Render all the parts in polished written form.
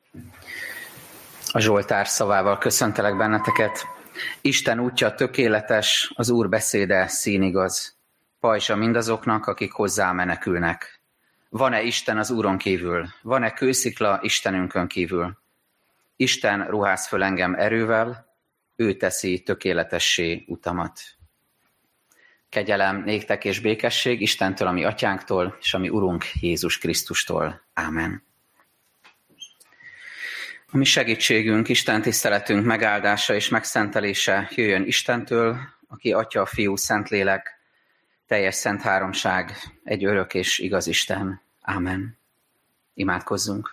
A Zsoltár szavával köszöntelek benneteket. Isten útja tökéletes, az Úr beszéde színigaz. Pajzsa mindazoknak, akik hozzá menekülnek. Van-e Isten az Úron kívül? Van-e kőszikla Istenünkön kívül? Isten ruház föl engem erővel, ő teszi tökéletessé utamat. Kegyelem néktek és békesség Istentől, a mi atyánktól, és a mi Urunk Jézus Krisztustól. Ámen. A mi segítségünk, Isten tiszteletünk megáldása és megszentelése jöjjön Istentől, aki Atya, Fiú, Szentlélek, teljes szent háromság, egy örök és igaz Isten. Ámen. Imádkozzunk.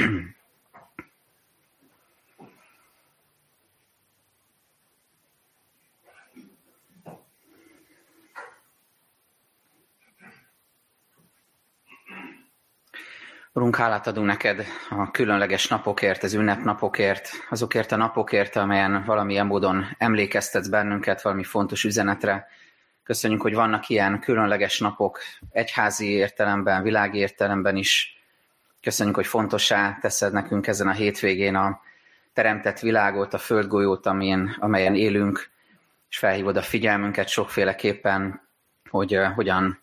Urunk, hálát adunk neked a különleges napokért, az ünnepnapokért, azokért a napokért, amelyen valamilyen módon emlékeztetsz bennünket valami fontos üzenetre. Köszönjük, hogy vannak ilyen különleges napok, egyházi értelemben, világi értelemben is. Köszönjük, hogy fontossá teszed nekünk ezen a hétvégén a teremtett világot, a földgolyót, amelyen élünk, és felhívod a figyelmünket sokféleképpen, hogy hogyan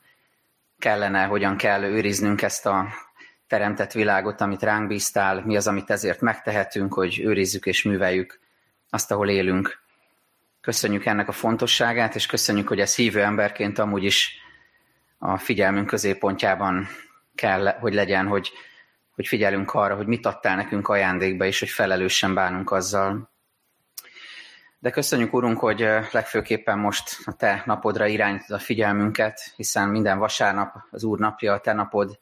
kell őriznünk ezt a teremtett világot, amit ránk bíztál, mi az, amit ezért megtehetünk, hogy őrizzük és műveljük azt, ahol élünk. Köszönjük ennek a fontosságát, és köszönjük, hogy ez hívő emberként amúgy is a figyelmünk középpontjában kell, hogy legyen, hogy figyelünk arra, hogy mit adtál nekünk ajándékba, és hogy felelősen bánunk azzal. De köszönjük, Urunk, hogy legfőképpen most a Te napodra irányítod a figyelmünket, hiszen minden vasárnap az Úr napja, a Te napod,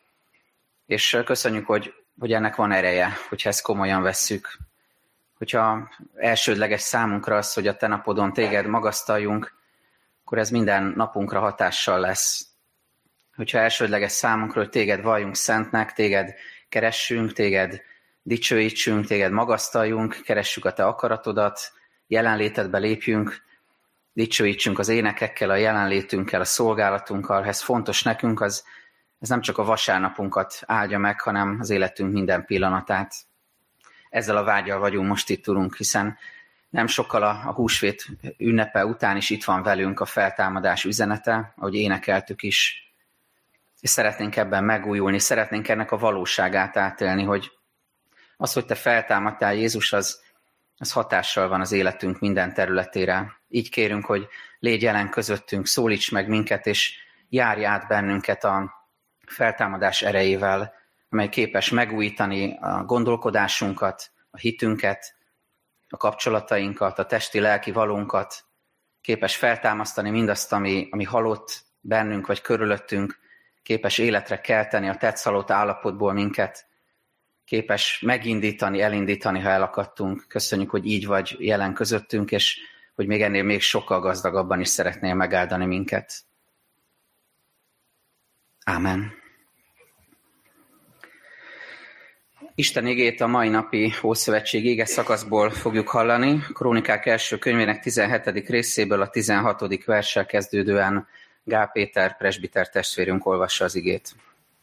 és köszönjük, hogy ennek van ereje, hogyha ezt komolyan vesszük. Hogyha elsődleges számunkra az, hogy a Te napodon Téged magasztaljunk, akkor ez minden napunkra hatással lesz. Hogyha elsődleges számunkra, hogy Téged valljunk szentnek, Téged keressünk, Téged dicsőítsünk, Téged magasztaljunk, keressük a Te akaratodat, jelenlétedbe lépjünk, dicsőítsünk az énekekkel, a jelenlétünkkel, a szolgálatunkkal. Ez fontos nekünk, ez nem csak a vasárnapunkat áldja meg, hanem az életünk minden pillanatát. Ezzel a vággyal vagyunk most itt, Urunk, hiszen nem sokkal a húsvét ünnepe után is itt van velünk a feltámadás üzenete, ahogy énekeltük is. És szeretnénk ebben megújulni, szeretnénk ennek a valóságát átélni, hogy az, hogy Te feltámadtál, Jézus, az hatással van az életünk minden területére. Így kérünk, hogy légy jelen közöttünk, szólíts meg minket, és járj át bennünket a feltámadás erejével, amely képes megújítani a gondolkodásunkat, a hitünket, a kapcsolatainkat, a testi-lelki valónkat, képes feltámasztani mindazt, ami halott bennünk vagy körülöttünk, képes életre kelteni a tetszalott állapotból minket, képes megindítani, elindítani, ha elakadtunk. Köszönjük, hogy így vagy jelen közöttünk, és hogy még sokkal gazdagabban is szeretnél megáldani minket. Ámen. Isten igét a mai napi Ószövetség ége szakaszból fogjuk hallani. A Krónikák első könyvének 17. részéből a 16. verssel kezdődően Gál Péter presbiter testvérünk olvassa az igét.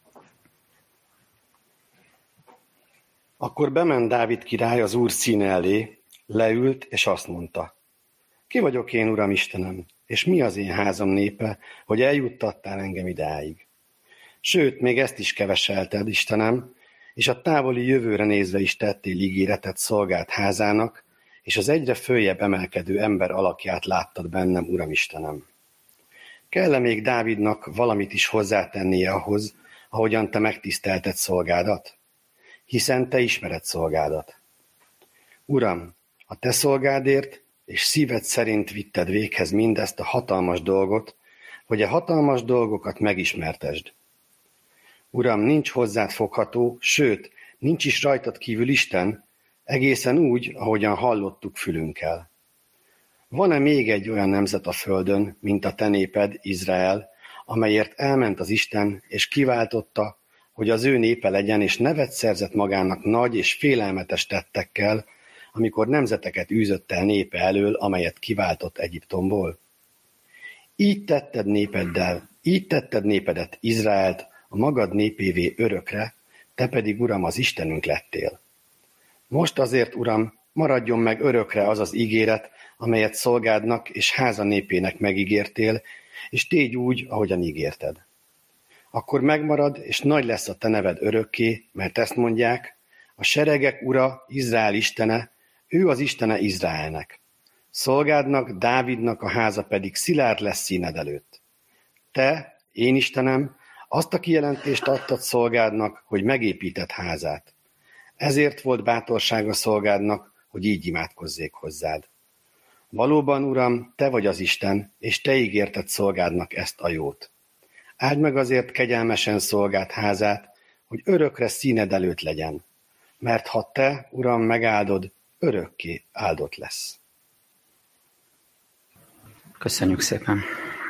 Akkor bement Dávid király az Úr színe elé, leült, és azt mondta: Ki vagyok én, Uram Istenem, és mi az én házam népe, hogy eljuttattál engem idáig? Sőt, még ezt is keveselted, Istenem, és a távoli jövőre nézve is tettél ígéretet szolgált házának, és az egyre följebb emelkedő ember alakját láttad bennem, Uram Istenem. Kell-e még Dávidnak valamit is hozzátennie ahhoz, ahogyan te megtisztelted szolgádat? Hiszen te ismered szolgádat. Uram, a te szolgádért és szíved szerint vitted véghez mindezt a hatalmas dolgot, hogy a hatalmas dolgokat megismertesd. Uram, nincs hozzád fogható, sőt, nincs is rajtad kívül Isten, egészen úgy, ahogyan hallottuk fülünkkel. Van-e még egy olyan nemzet a földön, mint a te néped, Izrael, amelyért elment az Isten, és kiváltotta, hogy az ő népe legyen, és nevet szerzett magának nagy és félelmetes tettekkel, amikor nemzeteket űzött el népe elől, amelyet kiváltott Egyiptomból? Így tetted népedet, Izraelt, a magad népévé örökre, te pedig, Uram, az Istenünk lettél. Most azért, Uram, maradjon meg örökre az az ígéret, amelyet szolgádnak és háza népének megígértél, és tégy úgy, ahogyan ígérted. Akkor megmarad, és nagy lesz a te neved örökké, mert ezt mondják, a seregek ura, Izrael istene, ő az istene Izraelnek. Szolgádnak, Dávidnak a háza pedig szilárd lesz színed előtt. Te, én Istenem, azt a kijelentést adtad szolgádnak, hogy megépített házát. Ezért volt bátorsága szolgádnak, hogy így imádkozzék hozzád. Valóban, Uram, te vagy az Isten, és te ígérted szolgádnak ezt a jót. Áld meg azért kegyelmesen szolgád házát, hogy örökre színed előtt legyen. Mert ha te, Uram, megáldod, örökké áldott lesz. Köszönjük szépen!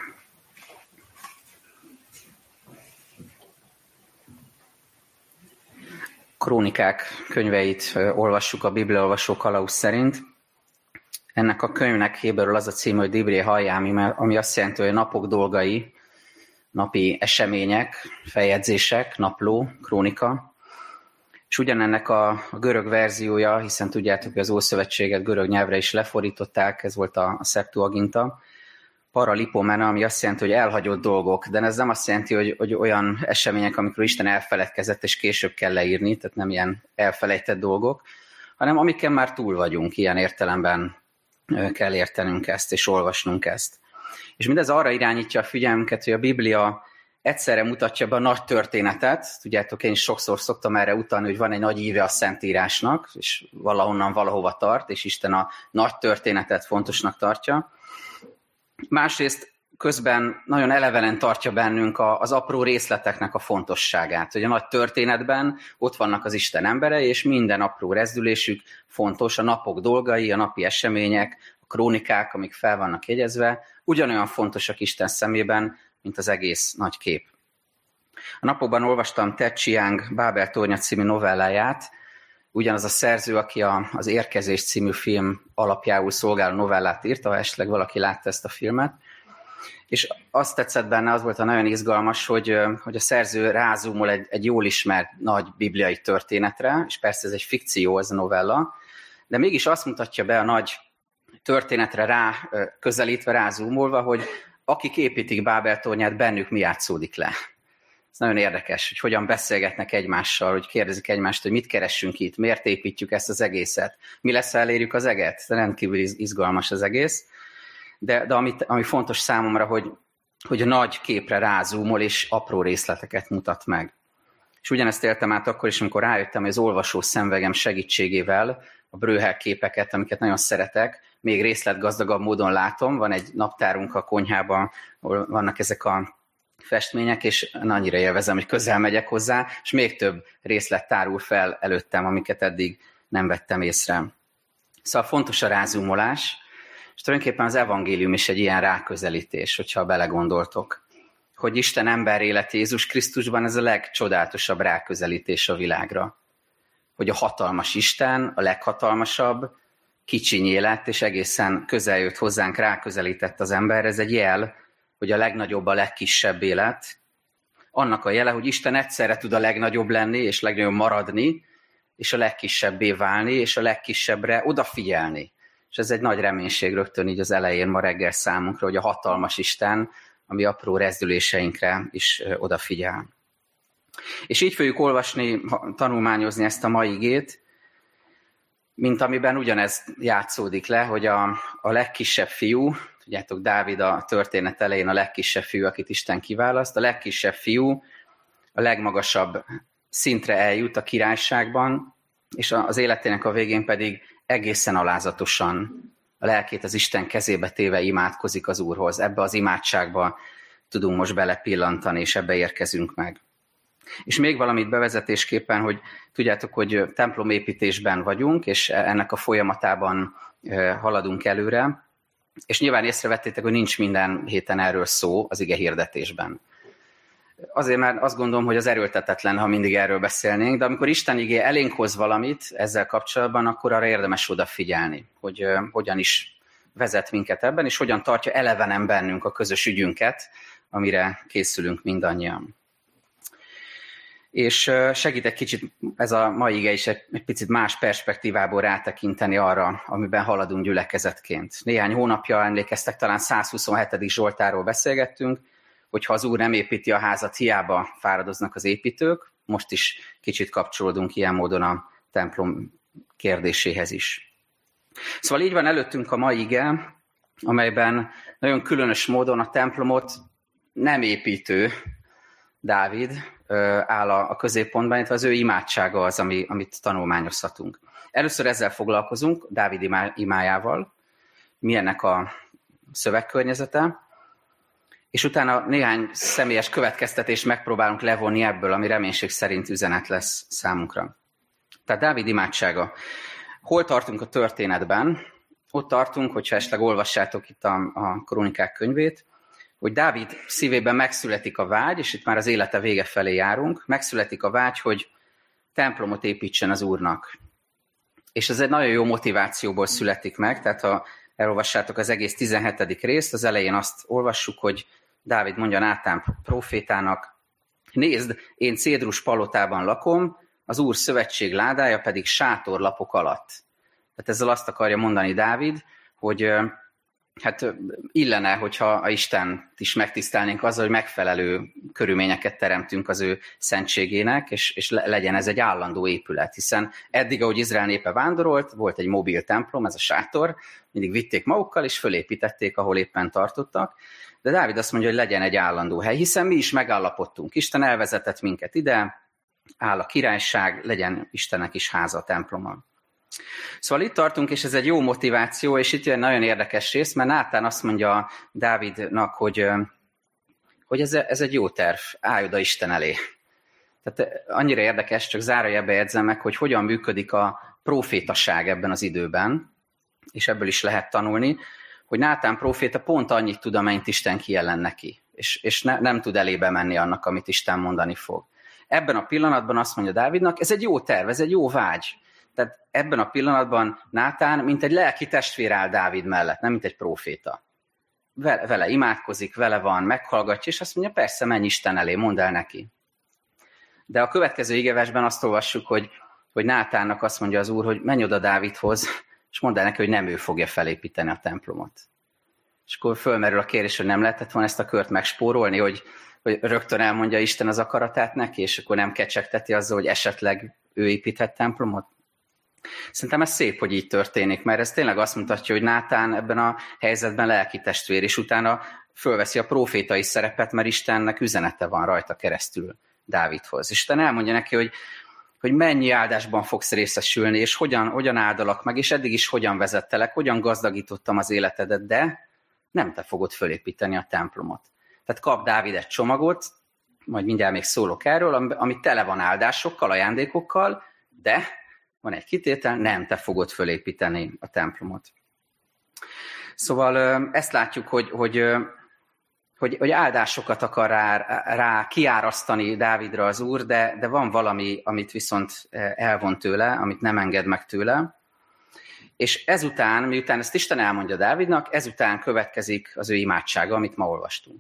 Krónikák könyveit olvassuk a Bibliaolvasó kalauz szerint. Ennek a könyvnek héberül az a címe, hogy Divré Hajjámi, ami azt jelenti, hogy napok dolgai, napi események, feljegyzések, napló, krónika. És ugyanennek a görög verziója, hiszen tudjátok, hogy az Ószövetséget görög nyelvre is lefordították, ez volt a Septuaginta, paralipomena, ami azt jelenti, hogy elhagyott dolgok, de ez nem azt jelenti, hogy olyan események, amikor Isten elfeledkezett, és később kell leírni, tehát nem ilyen elfelejtett dolgok, hanem amiken már túl vagyunk, ilyen értelemben kell értenünk ezt, és olvasnunk ezt. És mindez arra irányítja a figyelmünket, hogy a Biblia egyszerre mutatja be a nagy történetet, tudjátok, én is sokszor szoktam erre utalni, hogy van egy nagy íve a Szentírásnak, és valahonnan valahova tart, és Isten a nagy történetet fontosnak tartja. Másrészt közben nagyon elevenen tartja bennünk az apró részleteknek a fontosságát, hogy a nagy történetben ott vannak az Isten emberei, és minden apró rezdülésük fontos, a napok dolgai, a napi események, a krónikák, amik fel vannak jegyezve, ugyanolyan fontosak Isten szemében, mint az egész nagy kép. A napokban olvastam Ted Chiang Bábel tornya című novelláját, ugyanaz a szerző, aki az Érkezés című film alapjául szolgáló novellát írta, ha esetleg valaki látta ezt a filmet. És azt tetszett benne, az volt a nagyon izgalmas, hogy a szerző rázumol egy jól ismert nagy bibliai történetre, és persze ez egy fikció, ez a novella, de mégis azt mutatja be a nagy történetre rá közelítve, rázumolva, hogy akik építik Bábel tornyát, bennük mi játszódik le. Ez nagyon érdekes, hogy hogyan beszélgetnek egymással, hogy kérdezik egymást, hogy mit keressünk itt, miért építjük ezt az egészet, mi lesz, ha elérjük az eget. Rendkívül izgalmas az egész. De ami fontos számomra, hogy a nagy képre rázúmol, és apró részleteket mutat meg. És ugyanezt éltem át akkor is, amikor rájöttem, hogy az olvasó szemvegem segítségével a Breuer képeket, amiket nagyon szeretek, még részletgazdagabb módon látom. Van egy naptárunk a konyhában, ahol vannak ezek a festmények, és annyira élvezem, hogy közel megyek hozzá, és még több részlet tárul fel előttem, amiket eddig nem vettem észre. Szóval fontos a rázumolás, és tulajdonképpen az evangélium is egy ilyen ráközelítés, hogyha belegondoltok. Hogy Isten ember élet Jézus Krisztusban, ez a legcsodálatosabb ráközelítés a világra. Hogy a hatalmas Isten, a leghatalmasabb, kicsiny lett, és egészen közel jött hozzánk, ráközelített az ember. Ez egy jel, hogy a legnagyobb a legkisebb élet. Annak a jele, hogy Isten egyszerre tud a legnagyobb lenni, és legnagyobb maradni, és a legkisebbé válni, és a legkisebbre odafigyelni. És ez egy nagy reménység rögtön így az elején ma reggel számunkra, hogy a hatalmas Isten a mi apró rezdüléseinkre is odafigyel. És így fogjuk olvasni, tanulmányozni ezt a mai igét, mint amiben ugyanez játszódik le, hogy a legkisebb fiú, tudjátok, Dávid a történet elején a legkisebb fiú, akit Isten kiválaszt, a legkisebb fiú a legmagasabb szintre eljut a királyságban, és az életének a végén pedig egészen alázatosan a lelkét az Isten kezébe téve imádkozik az Úrhoz. Ebbe az imádságba tudunk most belepillantani, és ebbe érkezünk meg. És még valamit bevezetésképpen, hogy tudjátok, hogy templomépítésben vagyunk, és ennek a folyamatában haladunk előre, és nyilván észrevettétek, hogy nincs minden héten erről szó az ige hirdetésben. Azért, mert azt gondolom, hogy az erőltetetlen, ha mindig erről beszélnénk, de amikor Isten igé elénk hoz valamit ezzel kapcsolatban, akkor arra érdemes odafigyelni, hogy hogyan is vezet minket ebben, és hogyan tartja elevenen bennünk a közös ügyünket, amire készülünk mindannyian. és segít egy kicsit ez a mai ige is egy picit más perspektívából rátekinteni arra, amiben haladunk gyülekezetként. Néhány hónapja emlékeztek, talán 127. Zsoltáról beszélgettünk, hogy ha az Úr nem építi a házat, hiába fáradoznak az építők. Most is kicsit kapcsolódunk ilyen módon a templom kérdéséhez is. Szóval így van előttünk a mai ige, amelyben nagyon különös módon a templomot nem építő Dávid áll a középpontban, illetve az ő imádsága az, amit tanulmányozhatunk. Először ezzel foglalkozunk, Dávid imájával, mi ennek a szövegkörnyezete, és utána néhány személyes következtetést megpróbálunk levonni ebből, ami reménység szerint üzenet lesz számunkra. Tehát Dávid imádsága. Hol tartunk a történetben? Ott tartunk, hogyha esetleg olvassátok itt a Krónikák könyvét, hogy Dávid szívében megszületik a vágy, és itt már az élete vége felé járunk, megszületik a vágy, hogy templomot építsen az Úrnak. És ez egy nagyon jó motivációból születik meg, tehát ha elolvassátok az egész 17. részt, az elején azt olvassuk, hogy Dávid mondja Nátán prófétának, nézd, én cédrus palotában lakom, az Úr szövetség ládája pedig sátorlapok alatt. Tehát ezzel azt akarja mondani Dávid, hogy hát illene, hogyha a Istent is megtisztelnénk azzal, hogy megfelelő körülményeket teremtünk az ő szentségének, és legyen ez egy állandó épület. Hiszen eddig, ahogy Izrael népe vándorolt, volt egy mobil templom, ez a sátor, mindig vitték magukkal, és fölépítették, ahol éppen tartottak. De Dávid azt mondja, hogy legyen egy állandó hely, hiszen mi is megállapodtunk. Isten elvezetett minket ide, áll a királyság, legyen Istennek is háza a templomon. Szóval itt tartunk, és ez egy jó motiváció, és itt jön nagyon érdekes rész, mert Nátán azt mondja Dávidnak, hogy ez egy jó terv, állj oda Isten elé. Tehát annyira érdekes, csak zárójelbe jegyzem meg, hogy hogyan működik a profétaság ebben az időben, és ebből is lehet tanulni, hogy Nátán próféta pont annyit tud, amennyit Isten kijelen neki, és nem tud elébe menni annak, amit Isten mondani fog. Ebben a pillanatban azt mondja Dávidnak, ez egy jó terv, ez egy jó vágy. Tehát ebben a pillanatban Nátán, mint egy lelki testvér áll Dávid mellett, nem mint egy próféta. Vele imádkozik, vele van, meghallgatja, és azt mondja, persze, menj Isten elé, mondd el neki. De a következő igeversben azt olvassuk, hogy Nátánnak azt mondja az Úr, hogy menj oda Dávidhoz, és mondd el neki, hogy nem ő fogja felépíteni a templomot. És akkor fölmerül a kérdés, hogy nem lehetett volna ezt a kört megspórolni, hogy rögtön elmondja Isten az akaratát neki, és akkor nem kecsegteti azzal, hogy esetleg ő építhet templomot. Szerintem ez szép, hogy így történik, mert ez tényleg azt mutatja, hogy Nátán ebben a helyzetben lelki testvér, és utána fölveszi a prófétai szerepet, mert Istennek üzenete van rajta keresztül Dávidhoz. És Isten elmondja neki, hogy mennyi áldásban fogsz részesülni, és hogyan áldalak meg, és eddig is hogyan vezettelek, hogyan gazdagítottam az életedet, de nem te fogod fölépíteni a templomot. Tehát kap Dávid egy csomagot, majd mindjárt még szólok erről, ami tele van áldásokkal, ajándékokkal, de van egy kitétel, nem te fogod fölépíteni a templomot. Szóval ezt látjuk, hogy áldásokat akar rá kiárasztani Dávidra az Úr, de van valami, amit viszont elvon tőle, amit nem enged meg tőle. És ezután, miután ezt Isten elmondja Dávidnak, ezután következik az ő imádsága, amit ma olvastunk.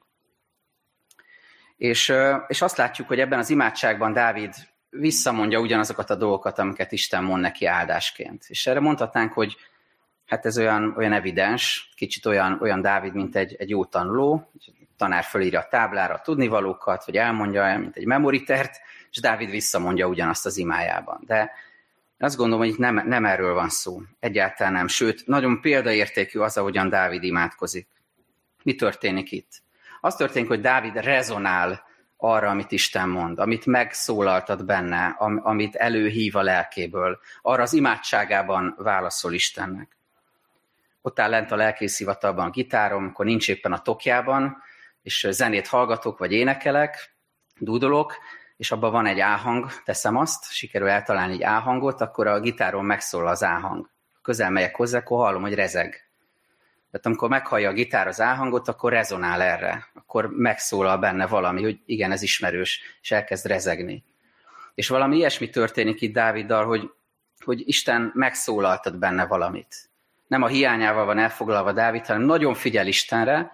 És azt látjuk, hogy ebben az imádságban Dávid visszamondja ugyanazokat a dolgokat, amiket Isten mond neki áldásként. És erre mondhatnánk, hogy hát ez olyan evidens, kicsit olyan Dávid, mint egy jó tanuló, tanár fölírja a táblára a tudnivalókat, vagy elmondja, mint egy memoritert, és Dávid visszamondja ugyanazt az imájában. De azt gondolom, hogy itt nem erről van szó. Egyáltalán nem. Sőt, nagyon példaértékű az, ahogyan Dávid imádkozik. Mi történik itt? Az történik, hogy Dávid rezonál arra, amit Isten mond, amit megszólaltat benne, amit előhív a lelkéből, arra az imádságában válaszol Istennek. Ott áll lent a lelkészhivatalban a gitárom, amikor nincs éppen a tokjában, és zenét hallgatok, vagy énekelek, dúdolok, és abban van egy áhang, teszem azt, sikerül eltalálni egy áhangot, akkor a gitáron megszólal az áhang. Közel megyek hozzá, akkor hallom, hogy rezeg. Tehát amikor meghallja a gitár az áhangot, akkor rezonál erre. Akkor megszólal benne valami, hogy igen, ez ismerős, és elkezd rezegni. És valami ilyesmi történik itt Dáviddal, hogy Isten megszólaltat benne valamit. Nem a hiányával van elfoglalva Dávid, hanem nagyon figyel Istenre,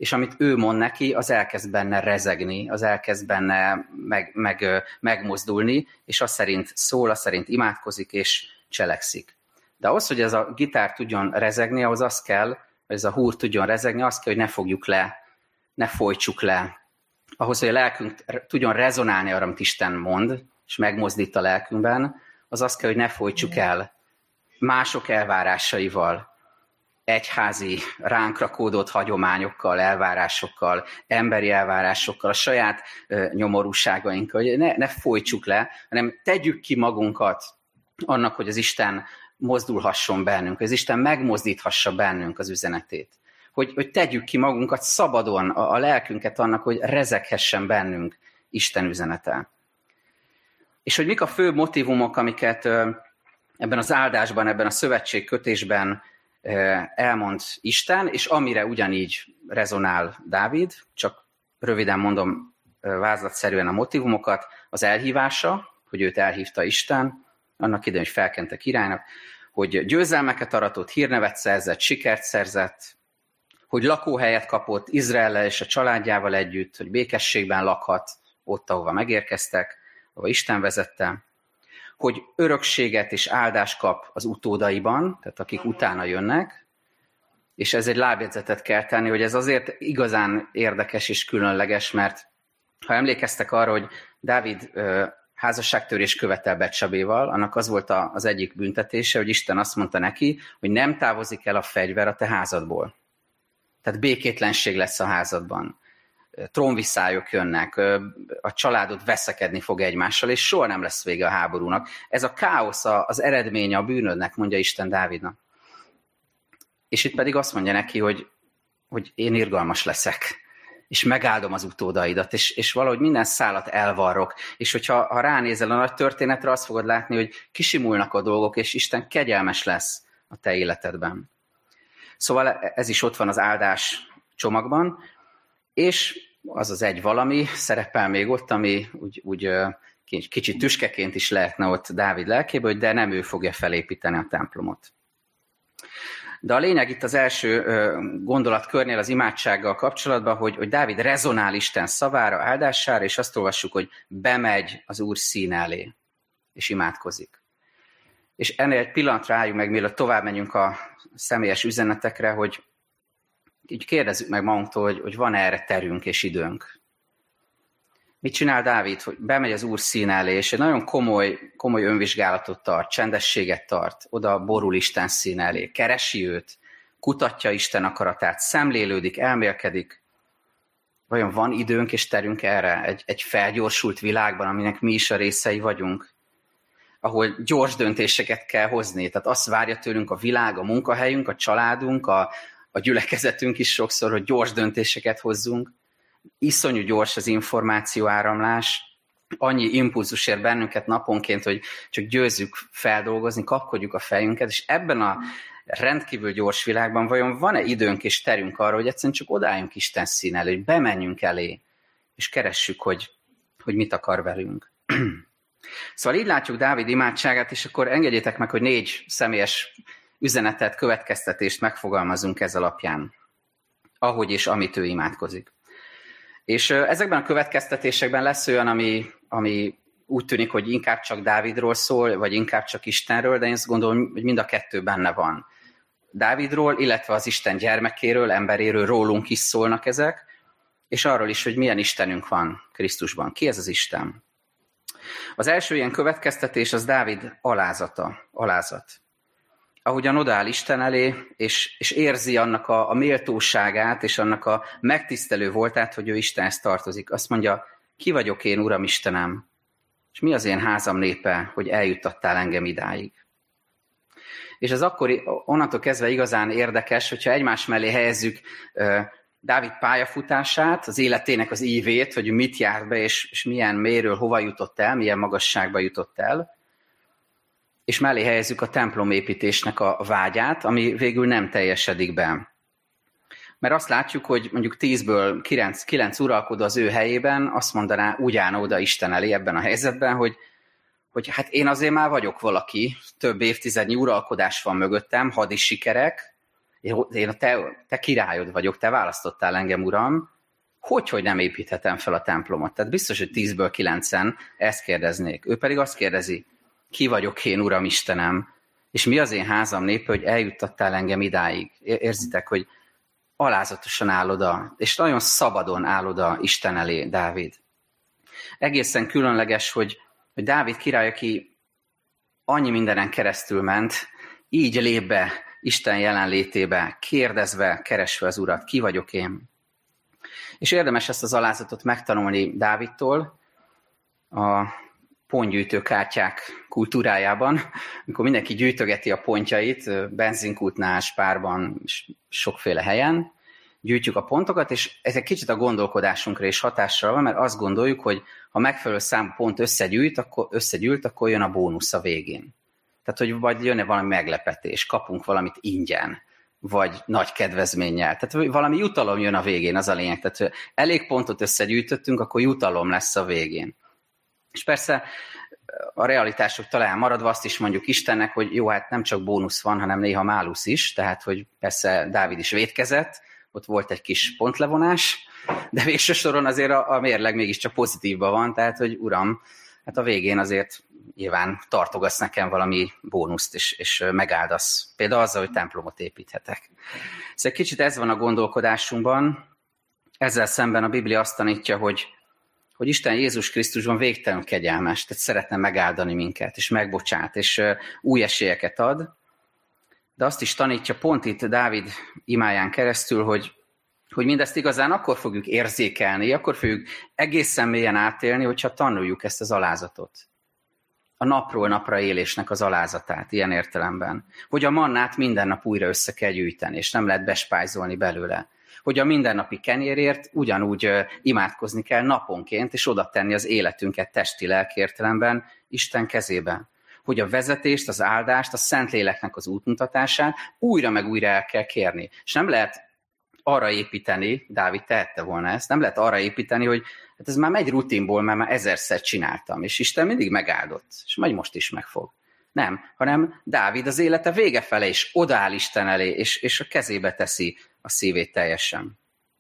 és amit ő mond neki, az elkezd benne rezegni, az elkezd benne megmozdulni, és az szerint szól, az szerint imádkozik, és cselekszik. De ahhoz, hogy ez a gitár tudjon rezegni, ahhoz az kell, hogy ez a húr tudjon rezegni, az kell, hogy ne fogjuk le, ne folytsuk le. Ahhoz, hogy a lelkünk tudjon rezonálni arra, amit Isten mond, és megmozdít a lelkünkben, az kell, hogy ne folytsuk el mások elvárásaival, egyházi, ránk rakódott hagyományokkal, elvárásokkal, emberi elvárásokkal, a saját nyomorúságainkkal, hogy ne folytsuk le, hanem tegyük ki magunkat annak, hogy az Isten mozdulhasson bennünk, hogy az Isten megmozdíthassa bennünk az üzenetét. Hogy tegyük ki magunkat szabadon, a lelkünket annak, hogy rezeghessen bennünk Isten üzenete. És hogy mik a fő motívumok, amiket ebben az áldásban, ebben a szövetségkötésben elmond Isten, és amire ugyanígy rezonál Dávid, csak röviden mondom vázlatszerűen a motívumokat, az elhívása, hogy őt elhívta Isten, annak idején, hogy felkente királynak, hogy győzelmeket aratott, hírnevet szerzett, sikert szerzett, hogy lakóhelyet kapott Izraellel és a családjával együtt, hogy békességben lakhat ott, ahova megérkeztek, ahova Isten vezette, hogy örökséget és áldást kap az utódaiban, tehát akik utána jönnek, és ez egy lábjegyzetet kell tenni, hogy ez azért igazán érdekes és különleges, mert ha emlékeztek arra, hogy Dávid házasságtörés követel Betsabéval, annak az volt az egyik büntetése, hogy Isten azt mondta neki, hogy nem távozik el a fegyver a te házadból. Tehát békétlenség lesz a házadban. Trónviszályok jönnek, a családod veszekedni fog egymással, és soha nem lesz vége a háborúnak. Ez a káosz az eredménye a bűnödnek, mondja Isten Dávidnak. És itt pedig azt mondja neki, hogy én irgalmas leszek, és megáldom az utódaidat, és valahogy minden szálat elvarrok. És hogyha ránézel a nagy történetre, azt fogod látni, hogy kisimulnak a dolgok, és Isten kegyelmes lesz a te életedben. Szóval ez is ott van az áldás csomagban, és az az egy valami szerepel még ott, ami úgy kicsit tüskeként is lehetne ott Dávid lelkében, de nem ő fogja felépíteni a templomot. De a lényeg itt az első gondolatkörnél az imádsággal kapcsolatban, hogy Dávid rezonál Isten szavára, áldására, és azt olvassuk, hogy bemegy az Úr színe elé, és imádkozik. És ennél egy pillanatra álljunk meg, mielőtt tovább menjünk a személyes üzenetekre, hogy így kérdezzük meg magunktól, hogy van erre terünk és időnk. Mit csinál Dávid? Hogy bemegy az Úr színe elé, és egy nagyon komoly önvizsgálatot tart, csendességet tart, oda borul Isten színe elé, keresi őt, kutatja Isten akaratát, szemlélődik, elmélkedik. Vajon van időnk és terünk erre egy felgyorsult világban, aminek mi is a részei vagyunk? Ahol gyors döntéseket kell hozni. Tehát azt várja tőlünk a világ, a munkahelyünk, a családunk, a gyülekezetünk is sokszor, hogy gyors döntéseket hozzunk. Iszonyú gyors az információáramlás, annyi impulzus ér bennünket naponként, hogy csak győzzük feldolgozni, kapkodjuk a fejünket, és ebben a rendkívül gyors világban vajon van-e időnk és terünk arra, hogy egyszerűen csak odaálljunk Isten színe elé, hogy bemenjünk elé, és keressük, hogy mit akar velünk. Szóval így látjuk Dávid imádságát, és akkor engedjétek meg, hogy 4 személyes üzenetet, következtetést megfogalmazunk ez alapján, ahogy és amit ő imádkozik. És ezekben a következtetésekben lesz olyan, ami úgy tűnik, hogy inkább csak Dávidról szól, vagy inkább csak Istenről, de én azt gondolom, hogy mind a kettő benne van. Dávidról, illetve az Isten gyermekéről, emberéről, rólunk is szólnak ezek, és arról is, hogy milyen Istenünk van Krisztusban. Ki ez az Isten? Az első ilyen következtetés az Dávid alázat. Ahogyan odaáll Isten elé, és érzi annak a méltóságát, és annak a megtisztelő voltát, hogy ő Istenhez tartozik. Azt mondja, ki vagyok én, Uram Istenem, és mi az én házam népe, hogy eljuttattál engem idáig. És ez akkor onnantól kezdve igazán érdekes, hogyha egymás mellé helyezzük Dávid pályafutását, az életének az ívét, hogy mit járt be, és milyen mélyről hova jutott el, milyen magasságba jutott el, és mellé helyezzük a templomépítésnek a vágyát, ami végül nem teljesedik be. Mert azt látjuk, hogy mondjuk 10-ből 9 uralkodó az ő helyében azt mondaná, úgy állna oda Isten elé ebben a helyzetben, hogy hát én azért már vagyok valaki, több évtizednyi uralkodás van mögöttem, hadi sikerek, Én a te királyod vagyok, te választottál engem, Uram, hogy nem építhetem fel a templomot? Tehát biztos, hogy 10-ből 9-en ezt kérdeznék. Ő pedig azt kérdezi, ki vagyok én, Uram Istenem, és mi az én házam népe, hogy eljuttattál engem idáig. Érzitek, hogy alázatosan áll oda, és nagyon szabadon áll oda Isten elé Dávid. Egészen különleges, hogy Dávid király, aki annyi mindenen keresztül ment, így lép be Isten jelenlétébe, kérdezve, keresve az Urat, ki vagyok én. És érdemes ezt az alázatot megtanulni Dávidtól a pontgyűjtőkártyák kultúrájában, amikor mindenki gyűjtögeti a pontjait, benzinkútnál, Spárban, sokféle helyen, gyűjtjük a pontokat, és ez egy kicsit a gondolkodásunkra is hatással van, mert azt gondoljuk, hogy ha megfelelő számú pont összegyűlt, akkor jön a bónusz a végén. Tehát, hogy vagy jön-e valami meglepetés, kapunk valamit ingyen, vagy nagy kedvezménnyel. Tehát valami jutalom jön a végén, az a lényeg. Tehát, hogy elég pontot összegyűjtöttünk, akkor jutalom lesz a végén. És persze a realitások talán maradva azt is mondjuk Istennek, hogy jó, hát nem csak bónusz van, hanem néha málusz is, tehát, hogy persze Dávid is vétkezett, ott volt egy kis pontlevonás, de végső soron azért a mérleg mégiscsak pozitívban van, tehát, hogy Uram, hát a végén azért nyilván tartogatsz nekem valami bónuszt, és megáldasz. Például azzal, hogy templomot építhetek. Szóval kicsit ez van a gondolkodásunkban. Ezzel szemben a Biblia azt tanítja, hogy Isten Jézus Krisztusban végtelenül kegyelmes, tehát szeretne megáldani minket, és megbocsát, és új esélyeket ad. De azt is tanítja pont itt Dávid imáján keresztül, hogy mindezt igazán akkor fogjuk érzékelni, akkor fogjuk egészen mélyen átélni, hogyha tanuljuk ezt az alázatot. A napról napra élésnek az alázatát, ilyen értelemben. Hogy a mannát minden nap újra össze kell gyűjteni, és nem lehet bespájzolni belőle. Hogy a mindennapi kenyérért ugyanúgy imádkozni kell naponként, és oda tenni az életünket testi-lelki értelemben Isten kezébe. Hogy a vezetést, az áldást, a Szentléleknek az útmutatását újra meg újra el kell kérni. És nem lehet arra építeni, Dávid tehette volna ezt, nem lehet arra építeni, hogy hát ez már megy rutinból, mert már 1000-szer csináltam, és Isten mindig megáldott, és majd most is megfog. Nem, hanem Dávid az élete vége fele is odaáll Isten elé, és a kezébe teszi a szívét teljesen.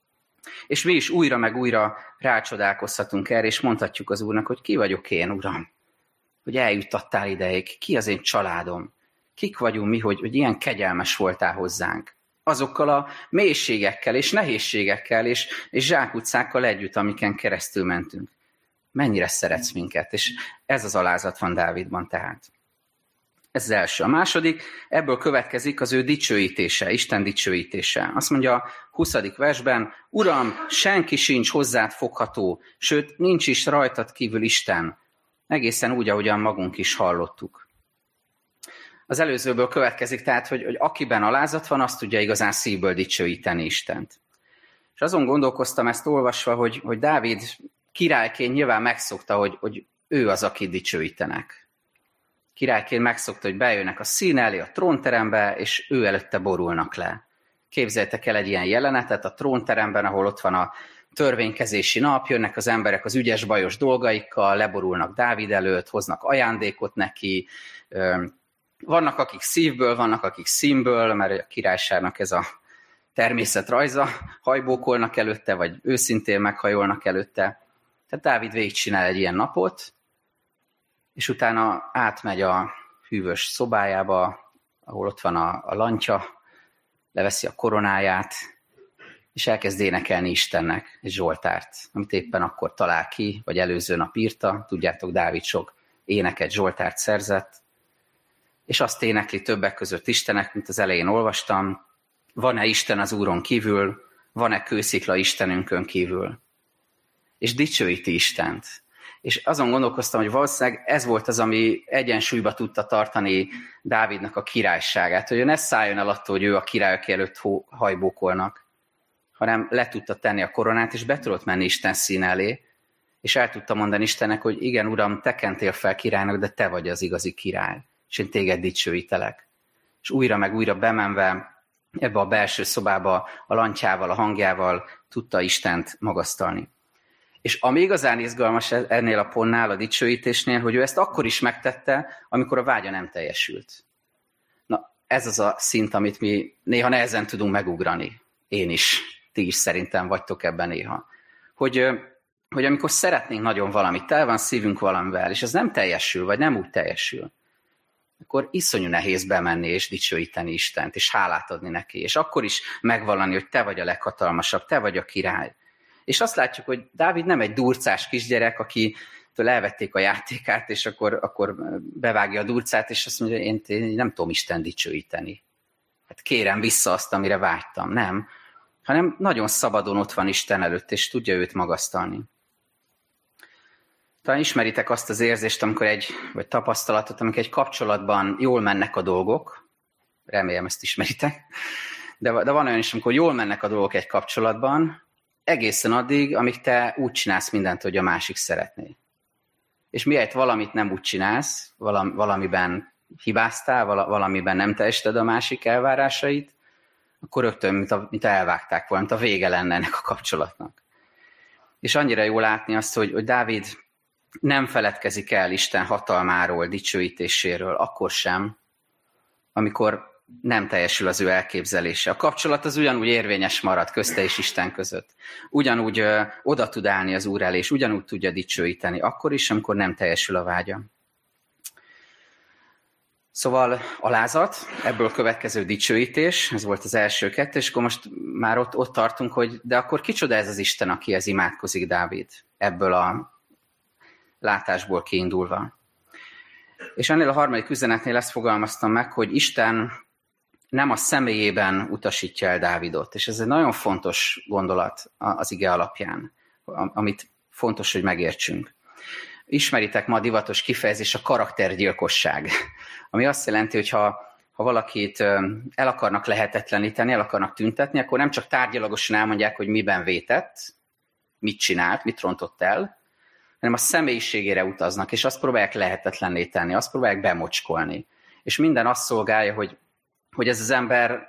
És mi is újra meg újra rácsodálkozhatunk erre, és mondhatjuk az Úrnak, hogy ki vagyok én, Uram, hogy eljuttattál ideig, ki az én családom, kik vagyunk mi, hogy ilyen kegyelmes voltál hozzánk. Azokkal a mélységekkel és nehézségekkel és zsákutcákkal együtt, amiken keresztül mentünk. Mennyire szeretsz minket, és ez az alázat van Dávidban tehát. Ez az első. A második, ebből következik az ő dicsőítése, Isten dicsőítése. Azt mondja a 20. versben, Uram, senki sincs hozzád fogható, sőt, nincs is rajtad kívül Isten. Egészen úgy, ahogyan magunk is hallottuk. Az előzőből következik tehát, hogy akiben alázat van, azt tudja igazán szívből dicsőíteni Istent. És azon gondolkoztam ezt olvasva, hogy Dávid királyként nyilván megszokta, hogy ő az, aki dicsőítenek. Királyként megszokta, hogy bejönnek a szín elé, a trónterembe, és ő előtte borulnak le. Képzeljétek el egy ilyen jelenetet a trónteremben, ahol ott van a törvénykezési nap, jönnek az emberek az ügyes-bajos dolgaikkal, leborulnak Dávid előtt, hoznak ajándékot neki, vannak akik szívből, vannak akik színből, mert a királyságnak ez a természetrajza, hajbókolnak előtte, vagy őszintén meghajolnak előtte. Tehát Dávid végigcsinál egy ilyen napot, és utána átmegy a hűvös szobájába, ahol ott van a lantya, leveszi a koronáját, és elkezd énekelni Istennek egy zsoltárt, amit éppen akkor talál ki, vagy előző nap írta. Tudjátok, Dávid sok éneket, zsoltárt szerzett, és azt énekli többek között Istennek, mint az elején olvastam, van-e Isten az Úron kívül, van-e kőszikla Istenünkön kívül. És dicsőíti Istent. És azon gondolkoztam, hogy valószínűleg ez volt az, ami egyensúlyba tudta tartani Dávidnak a királyságát, hogy ő ne szálljon el attól, hogy ő a királyok előtt hajbókolnak, hanem le tudta tenni a koronát, és be tudott menni Isten szín elé, és el tudta mondani Istennek, hogy igen, Uram, te kentél fel királynak, de te vagy az igazi király, és én téged dicsőítelek. És újra meg újra bemenve ebbe a belső szobába a lantjával, a hangjával tudta Istent magasztalni. És ami igazán izgalmas ennél a pontnál, a dicsőítésnél, hogy ő ezt akkor is megtette, amikor a vágya nem teljesült. Na, ez az a szint, amit mi néha nehezen tudunk megugrani. Én is, ti is szerintem vagytok ebben néha. Hogy amikor szeretnénk nagyon valamit, tel van szívünk valamivel, és az nem teljesül, vagy nem úgy teljesül, akkor iszonyú nehéz bemenni és dicsőíteni Istent, és hálát adni neki, és akkor is megvallani, hogy te vagy a leghatalmasabb, te vagy a király. És azt látjuk, hogy Dávid nem egy durcás kisgyerek, akitől elvették a játékát, és akkor bevágja a durcát, és azt mondja, én nem tudom Isten dicsőíteni. Hát kérem vissza azt, amire vágytam. Nem, hanem nagyon szabadon ott van Isten előtt, és tudja őt magasztalni. Talán ismeritek azt az érzést, vagy tapasztalatot, amikor egy kapcsolatban jól mennek a dolgok, remélem ezt ismeritek, de van olyan is, amikor jól mennek a dolgok egy kapcsolatban, egészen addig, amíg te úgy csinálsz mindent, hogy a másik szeretné. És miért valamit nem úgy csinálsz, valamiben hibáztál, valamiben nem teljesíted a másik elvárásait, akkor rögtön, mint elvágták volna, mint a vége lenne ennek a kapcsolatnak. És annyira jó látni azt, hogy Dávid nem feledkezik el Isten hatalmáról, dicsőítéséről, akkor sem, amikor nem teljesül az ő elképzelése. A kapcsolat az ugyanúgy érvényes marad közte és Isten között. Ugyanúgy oda tud állni az Úr elé, és ugyanúgy tudja dicsőíteni, akkor is, amikor nem teljesül a vágya. Szóval alázat, ebből következő dicsőítés, ez volt az első kettő, és akkor most már ott tartunk, hogy de akkor kicsoda ez az Isten, akihez imádkozik Dávid, ebből a látásból kiindulva. És ennél a harmadik üzenetnél ezt fogalmaztam meg, hogy Isten nem a személyében utasítja el Dávidot. És ez egy nagyon fontos gondolat az ige alapján, amit fontos, hogy megértsünk. Ismeritek ma a divatos kifejezés a karaktergyilkosság, ami azt jelenti, hogy ha valakit el akarnak lehetetleníteni, el akarnak tüntetni, akkor nem csak tárgyalagosan elmondják, hogy miben vétett, mit csinált, mit rontott el, hanem a személyiségére utaznak, és azt próbálják lehetetlenné tenni, azt próbálják bemocskolni. És minden azt szolgálja, hogy ez az ember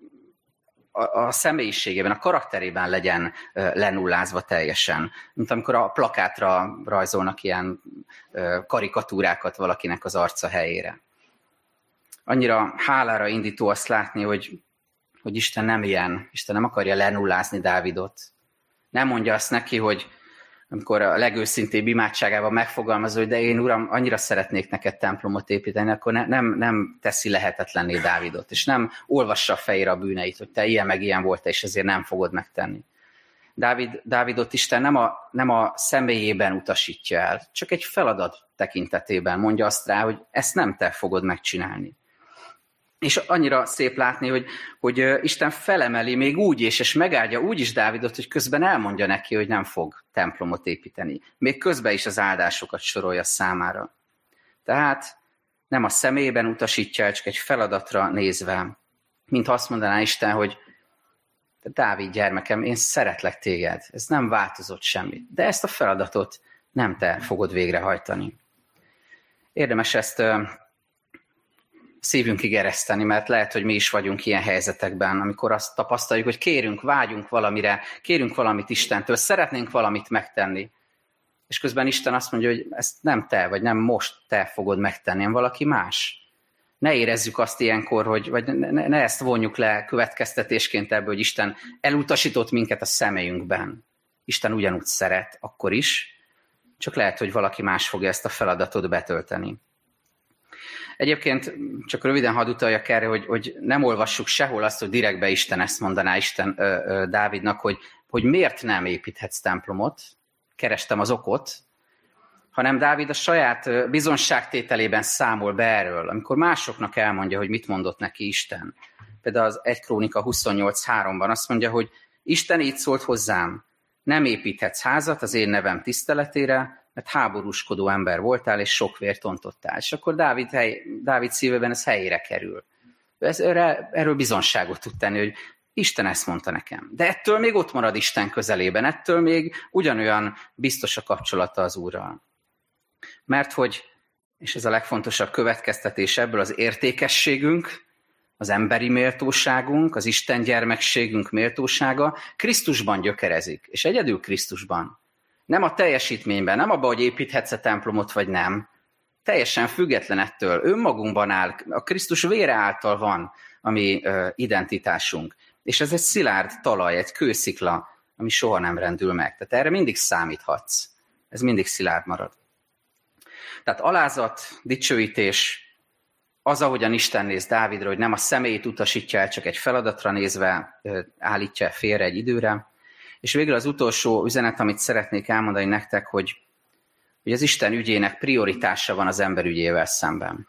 a személyiségében, a karakterében legyen lenullázva teljesen. Mint amikor a plakátra rajzolnak ilyen karikatúrákat valakinek az arca helyére. Annyira hálára indító azt látni, hogy Isten nem ilyen, Isten nem akarja lenullázni Dávidot. Nem mondja azt neki, hogy amikor a legőszintébb imádságában megfogalmazza, hogy de én, Uram, annyira szeretnék neked templomot építeni, akkor nem teszi lehetetlenné Dávidot, és nem olvassa a fejére a bűneit, hogy te ilyen meg ilyen voltál, és ezért nem fogod megtenni. Dávidot Isten nem a személyében utasítja el, csak egy feladat tekintetében mondja azt rá, hogy ezt nem te fogod megcsinálni. És annyira szép látni, hogy Isten felemeli még úgy és megáldja úgy is Dávidot, hogy közben elmondja neki, hogy nem fog templomot építeni. Még közben is az áldásokat sorolja számára. Tehát nem a személyében utasítja el, csak egy feladatra nézve, mint azt mondaná Isten, hogy Dávid gyermekem, én szeretlek téged, ez nem változott semmit, de ezt a feladatot nem te fogod végrehajtani. Érdemes ezt szívünkig ereszteni, mert lehet, hogy mi is vagyunk ilyen helyzetekben, amikor azt tapasztaljuk, hogy kérünk, vágyunk valamire, kérünk valamit Istentől, szeretnénk valamit megtenni. És közben Isten azt mondja, hogy ezt nem te, vagy nem most te fogod megtenni, hanem valaki más. Ne érezzük azt ilyenkor, vagy ne ezt vonjuk le következtetésként ebből, hogy Isten elutasított minket a személyünkben. Isten ugyanúgy szeret, akkor is, csak lehet, hogy valaki más fogja ezt a feladatot betölteni. Egyébként csak röviden hadd utaljak erre, hogy nem olvassuk sehol azt, hogy direktbe Isten ezt mondaná Dávidnak, hogy miért nem építhetsz templomot, kerestem az okot, hanem Dávid a saját bizonságtételében számol be erről, amikor másoknak elmondja, hogy mit mondott neki Isten. Például az 1 Krónika 28:3-ban azt mondja, hogy Isten így szólt hozzám, nem építhetsz házat az én nevem tiszteletére, mert háborúskodó ember voltál, és sok vért ontottál. És akkor Dávid szívében ez helyére kerül. Erről bizonságot tud tenni, hogy Isten ezt mondta nekem. De ettől még ott marad Isten közelében, ettől még ugyanolyan biztos a kapcsolata az Úrral. Mert hogy, és ez a legfontosabb következtetés ebből, az értékességünk, az emberi méltóságunk, az Isten gyermekségünk méltósága Krisztusban gyökerezik, és egyedül Krisztusban. Nem a teljesítményben, nem abban, hogy építhetsz a templomot, vagy nem. teljesen független ettől, önmagunkban áll, a Krisztus vére által van a mi identitásunk. És ez egy szilárd talaj, egy kőszikla, ami soha nem rendül meg. Tehát erre mindig számíthatsz. Ez mindig szilárd marad. Tehát alázat, dicsőítés, az, ahogyan Isten néz Dávidra, hogy nem a személyét utasítja el, csak egy feladatra nézve állítja félre egy időre. És végül az utolsó üzenet, amit szeretnék elmondani nektek, hogy az Isten ügyének prioritása van az ember ügyével szemben.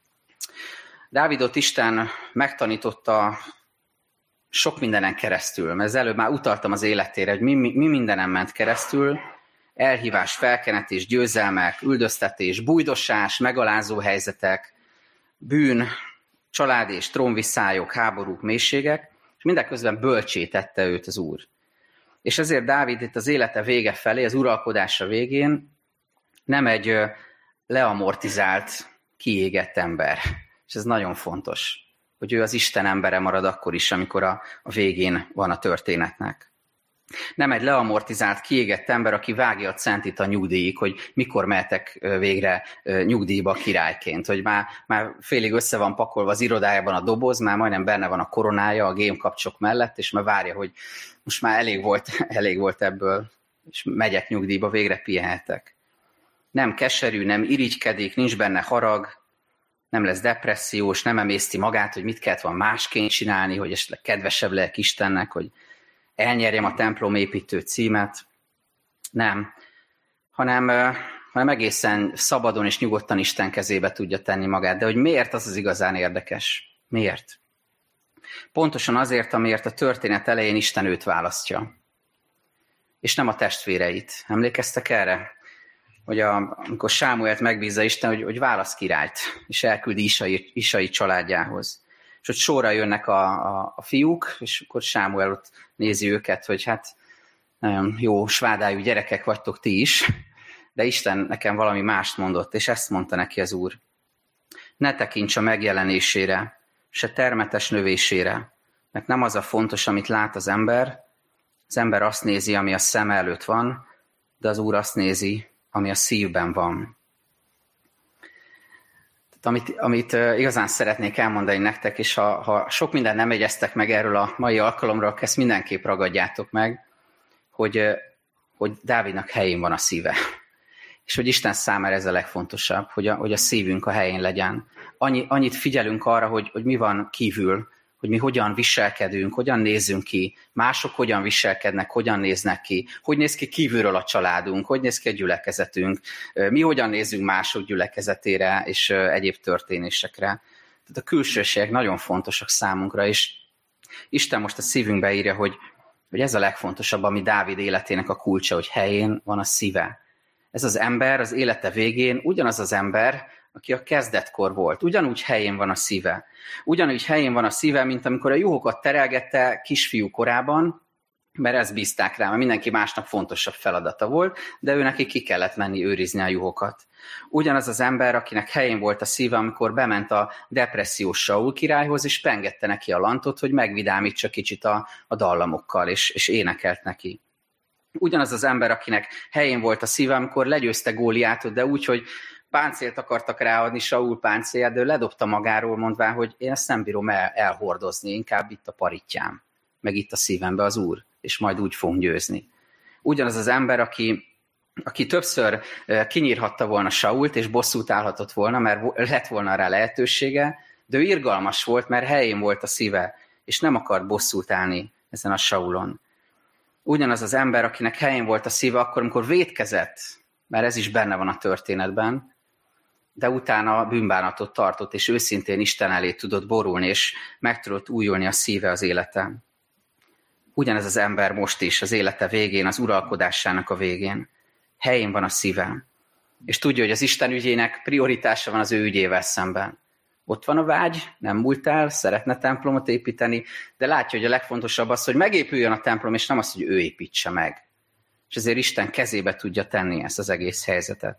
Dávidot Isten megtanította sok mindenen keresztül, mert előbb már utaltam az életére, hogy mi mindenen ment keresztül, elhívás, felkenetés, győzelmek, üldöztetés, bújdosás, megalázó helyzetek, bűn, család és trónvisszályok, háborúk, mélységek, és mindeközben bölcsé tette őt az Úr. És ezért Dávid itt az élete vége felé, az uralkodása végén nem egy leamortizált, kiégett ember. És ez nagyon fontos, hogy ő az Isten embere marad akkor is, amikor a végén van a történetnek. Nem egy leamortizált, kiégett ember, aki vágja a centit a nyugdíjig, hogy mikor mehetek végre nyugdíjba királyként, hogy már félig össze van pakolva az irodájában a doboz, már majdnem benne van a koronája a gémkapcsok mellett, és már várja, hogy most már elég volt ebből, és megyek nyugdíjba, végre pihenhetek. Nem keserű, nem irigykedik, nincs benne harag, nem lesz depressziós, nem emészti magát, hogy mit kellett volna másként csinálni, hogy esetleg kedvesebb legyek Istennek, hogy elnyerjem a templomépítő címet. Nem, hanem egészen szabadon és nyugodtan Isten kezébe tudja tenni magát. De hogy miért, az igazán érdekes. Miért? Pontosan azért, amiért a történet elején Isten őt választja. És nem a testvéreit. Emlékeztek erre? Hogy amikor Sámuelt megbízza Isten, hogy válasz királyt, és elküldi Isai családjához. És hogy sorra jönnek a fiúk, és akkor Sámuel ott nézi őket, hogy hát nagyon jó, svádájú gyerekek vagytok ti is, de Isten nekem valami mást mondott, és ezt mondta neki az Úr. Ne tekints a megjelenésére, se termetes növésére, mert nem az a fontos, amit lát az ember azt nézi, ami a szem előtt van, de az Úr azt nézi, ami a szívben van. Amit igazán szeretnék elmondani nektek, és ha sok minden nem jegyeztek meg erről a mai alkalomról, akkor ezt mindenképp ragadjátok meg, hogy Dávidnak helyén van a szíve. És hogy Isten számára ez a legfontosabb, hogy a szívünk a helyén legyen. Annyit figyelünk arra, hogy mi van kívül, hogy mi hogyan viselkedünk, hogyan nézzünk ki, mások hogyan viselkednek, hogyan néznek ki, hogy néz ki kívülről a családunk, hogy néz ki a gyülekezetünk, mi hogyan nézzünk mások gyülekezetére és egyéb történésekre. Tehát a külsőségek nagyon fontosak számunkra, és Isten most a szívünkbe írja, hogy ez a legfontosabb, ami Dávid életének a kulcsa, hogy helyén van a szíve. Ez az ember az élete végén ugyanaz az ember, aki a kezdetkor volt. Ugyanúgy helyén van a szíve. Ugyanúgy helyén van a szíve, mint amikor a juhokat terelgette kisfiú korában, mert ezt bízták rá, mert mindenki másnak fontosabb feladata volt, de ő neki ki kellett menni őrizni a juhokat. Ugyanaz az ember, akinek helyén volt a szíve, amikor bement a depressziós Saul királyhoz, és pengette neki a lantot, hogy megvidámítsa kicsit a dallamokkal, és énekelt neki. Ugyanaz az ember, akinek helyén volt a szíve, amikor legyőzte Góliátot, de úgy, hogy páncélt akartak ráadni, Saul páncélját, de ő ledobta magáról, mondván, hogy én ezt nem bírom elhordozni, inkább itt a parittyám, meg itt a szívembe az Úr, és majd úgy fogunk győzni. Ugyanaz az ember, aki többször kinyírhatta volna Sault, és bosszút állhatott volna, mert lett volna rá lehetősége, de ő irgalmas volt, mert helyén volt a szíve, és nem akart bosszút állni ezen a Saulon. Ugyanaz az ember, akinek helyén volt a szíve, akkor, amikor vétkezett, mert ez is benne van a történetben, de utána bűnbánatot tartott, és őszintén Isten elé tudott borulni, és meg tudott újulni a szíve az élete. Ugyanez az ember most is, az élete végén, az uralkodásának a végén. Helyén van a szíve. És tudja, hogy az Isten ügyének prioritása van az ő ügyével szemben. Ott van a vágy, nem múlt el, szeretne templomot építeni, de látja, hogy a legfontosabb az, hogy megépüljön a templom, és nem az, hogy ő építse meg. És ezért Isten kezébe tudja tenni ezt az egész helyzetet.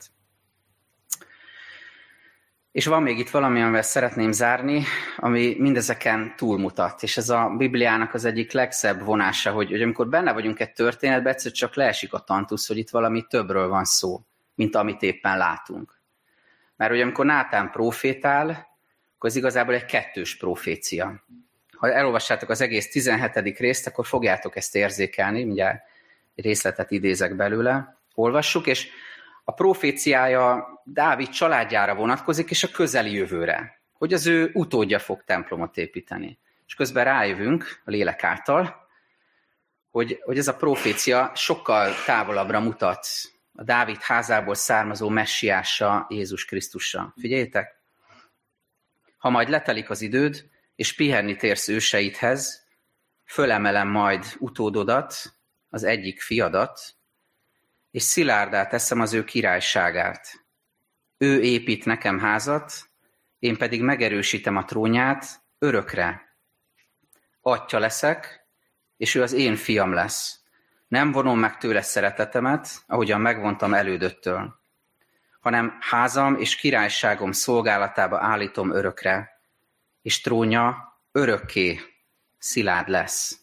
És van még itt valami, amivel szeretném zárni, ami mindezeken túlmutat. És ez a Bibliának az egyik legszebb vonása, hogy amikor benne vagyunk egy történetben, egyszer csak leesik a tantusz, hogy itt valami többről van szó, mint amit éppen látunk. Mert hogy amikor Nátán profétál, akkor ez igazából egy kettős profécia. Ha elolvassátok az egész 17. részt, akkor fogjátok ezt érzékelni, mindjárt egy részletet idézek belőle. Olvassuk, és a proféciája Dávid családjára vonatkozik, és a közeli jövőre, hogy az ő utódja fog templomot építeni. És közben rájövünk a lélek által, hogy ez a profécia sokkal távolabbra mutat a Dávid házából származó messiásra, Jézus Krisztusra. Figyeljétek! Ha majd letelik az időd, és pihenni térsz őseidhez, fölemelem majd utódodat, az egyik fiadat, és szilárdá teszem az ő királyságát. Ő épít nekem házat, én pedig megerősítem a trónját örökre. Atyja leszek, és ő az én fiam lesz. Nem vonom meg tőle szeretetemet, ahogyan megvontam elődöttől, hanem házam és királyságom szolgálatába állítom örökre, és trónja örökké szilárd lesz.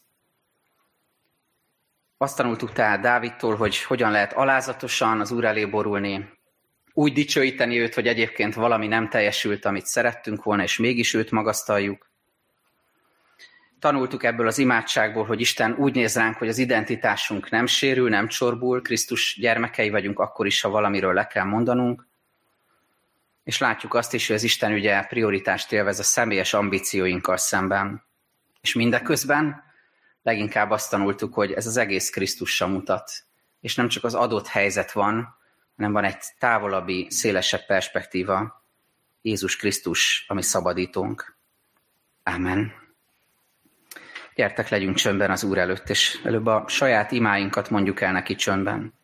Azt tanultuk tehát Dávidtól, hogy hogyan lehet alázatosan az Úr elé borulni, úgy dicsőíteni őt, hogy egyébként valami nem teljesült, amit szerettünk volna, és mégis őt magasztaljuk. Tanultuk ebből az imádságból, hogy Isten úgy néz ránk, hogy az identitásunk nem sérül, nem csorbul, Krisztus gyermekei vagyunk akkor is, ha valamiről le kell mondanunk. És látjuk azt is, hogy az Isten ugye prioritást élvez a személyes ambícióinkkal szemben. És mindeközben leginkább azt tanultuk, hogy ez az egész Krisztusra mutat. És nem csak az adott helyzet van, hanem van egy távolabbi, szélesebb perspektíva. Jézus Krisztus, ami szabadítónk. Ámen. Gyertek, legyünk csöndben az Úr előtt, és előbb a saját imáinkat mondjuk el neki csöndben.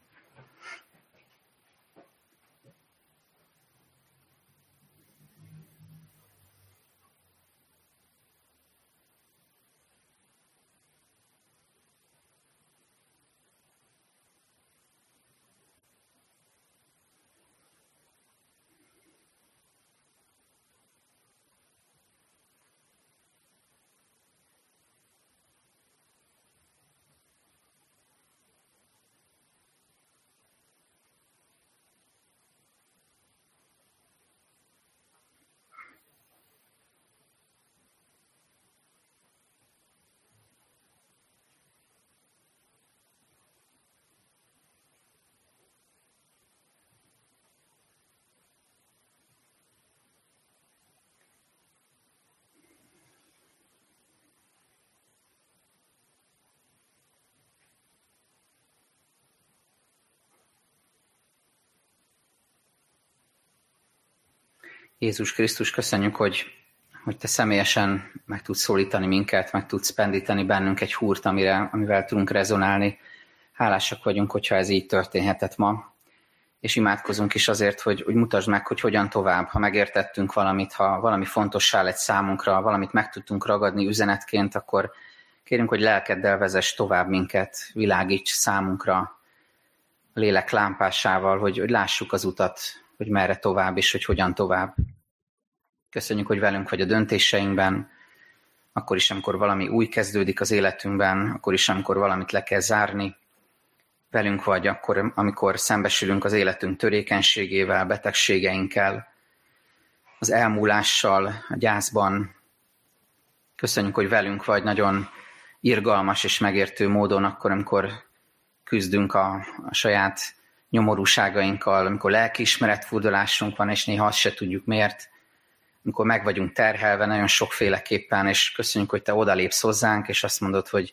Jézus Krisztus, köszönjük, hogy Te személyesen meg tudsz szólítani minket, meg tudsz pendíteni bennünk egy húrt, amivel tudunk rezonálni. Hálásak vagyunk, hogyha ez így történhetett ma. És imádkozunk is azért, hogy mutasd meg, hogy hogyan tovább, ha megértettünk valamit, ha valami fontossá lett számunkra, valamit meg tudtunk ragadni üzenetként, akkor kérünk, hogy lelkeddel vezess tovább minket, világíts számunkra a lélek lámpásával, hogy lássuk az utat, hogy merre tovább, és hogy hogyan tovább. Köszönjük, hogy velünk vagy a döntéseinkben, akkor is, amikor valami új kezdődik az életünkben, akkor is, amikor valamit le kell zárni. Velünk vagy akkor, amikor szembesülünk az életünk törékenységével, betegségeinkkel, az elmúlással, a gyászban. Köszönjük, hogy velünk vagy nagyon irgalmas és megértő módon akkor, amikor küzdünk a saját nyomorúságainkkal, amikor lelkiismeretfurdalásunk van, és néha azt se tudjuk miért, amikor meg vagyunk terhelve nagyon sokféleképpen, és köszönjük, hogy Te odalépsz hozzánk, és azt mondod, hogy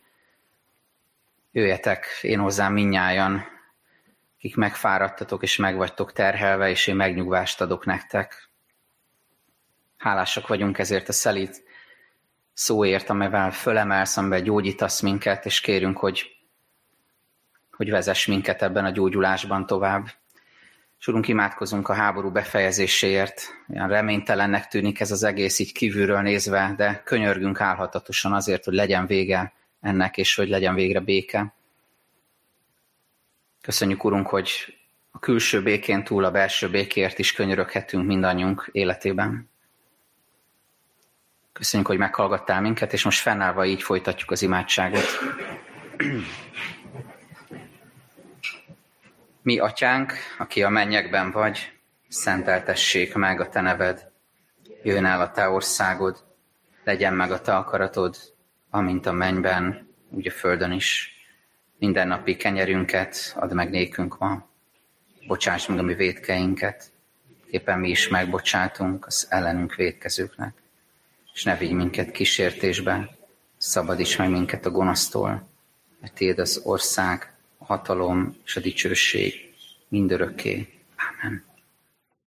jöjjetek én hozzám mindnyájan, akik megfáradtatok és meg vagytok terhelve, és én megnyugvást adok nektek. Hálásak vagyunk ezért a szelíd szóért, amivel fölemelsz, amivel gyógyítasz minket, és kérünk, hogy vezess minket ebben a gyógyulásban tovább. És Urunk, imádkozunk a háború befejezéséért. Olyan reménytelennek tűnik ez az egész így kívülről nézve, de könyörgünk álhatatosan azért, hogy legyen vége ennek, és hogy legyen végre béke. Köszönjük, Urunk, hogy a külső békén túl a belső békért is könyöröghetünk mindannyiunk életében. Köszönjük, hogy meghallgattál minket, és most fennállva így folytatjuk az imádságot. Mi, Atyánk, aki a mennyekben vagy, szenteltessék meg a te neved, jöjjön el a te országod, legyen meg a te akaratod, amint a mennyben, úgy a földön is. Mindennapi kenyerünket add meg nékünk ma, bocsáss meg a mi vétkeinket, éppen mi is megbocsátunk az ellenünk vétkezőknek, és ne vigy minket kísértésbe, szabadíts meg minket a gonosztól, mert tiéd az ország, a hatalom és a dicsőség mindörökké. Ámen.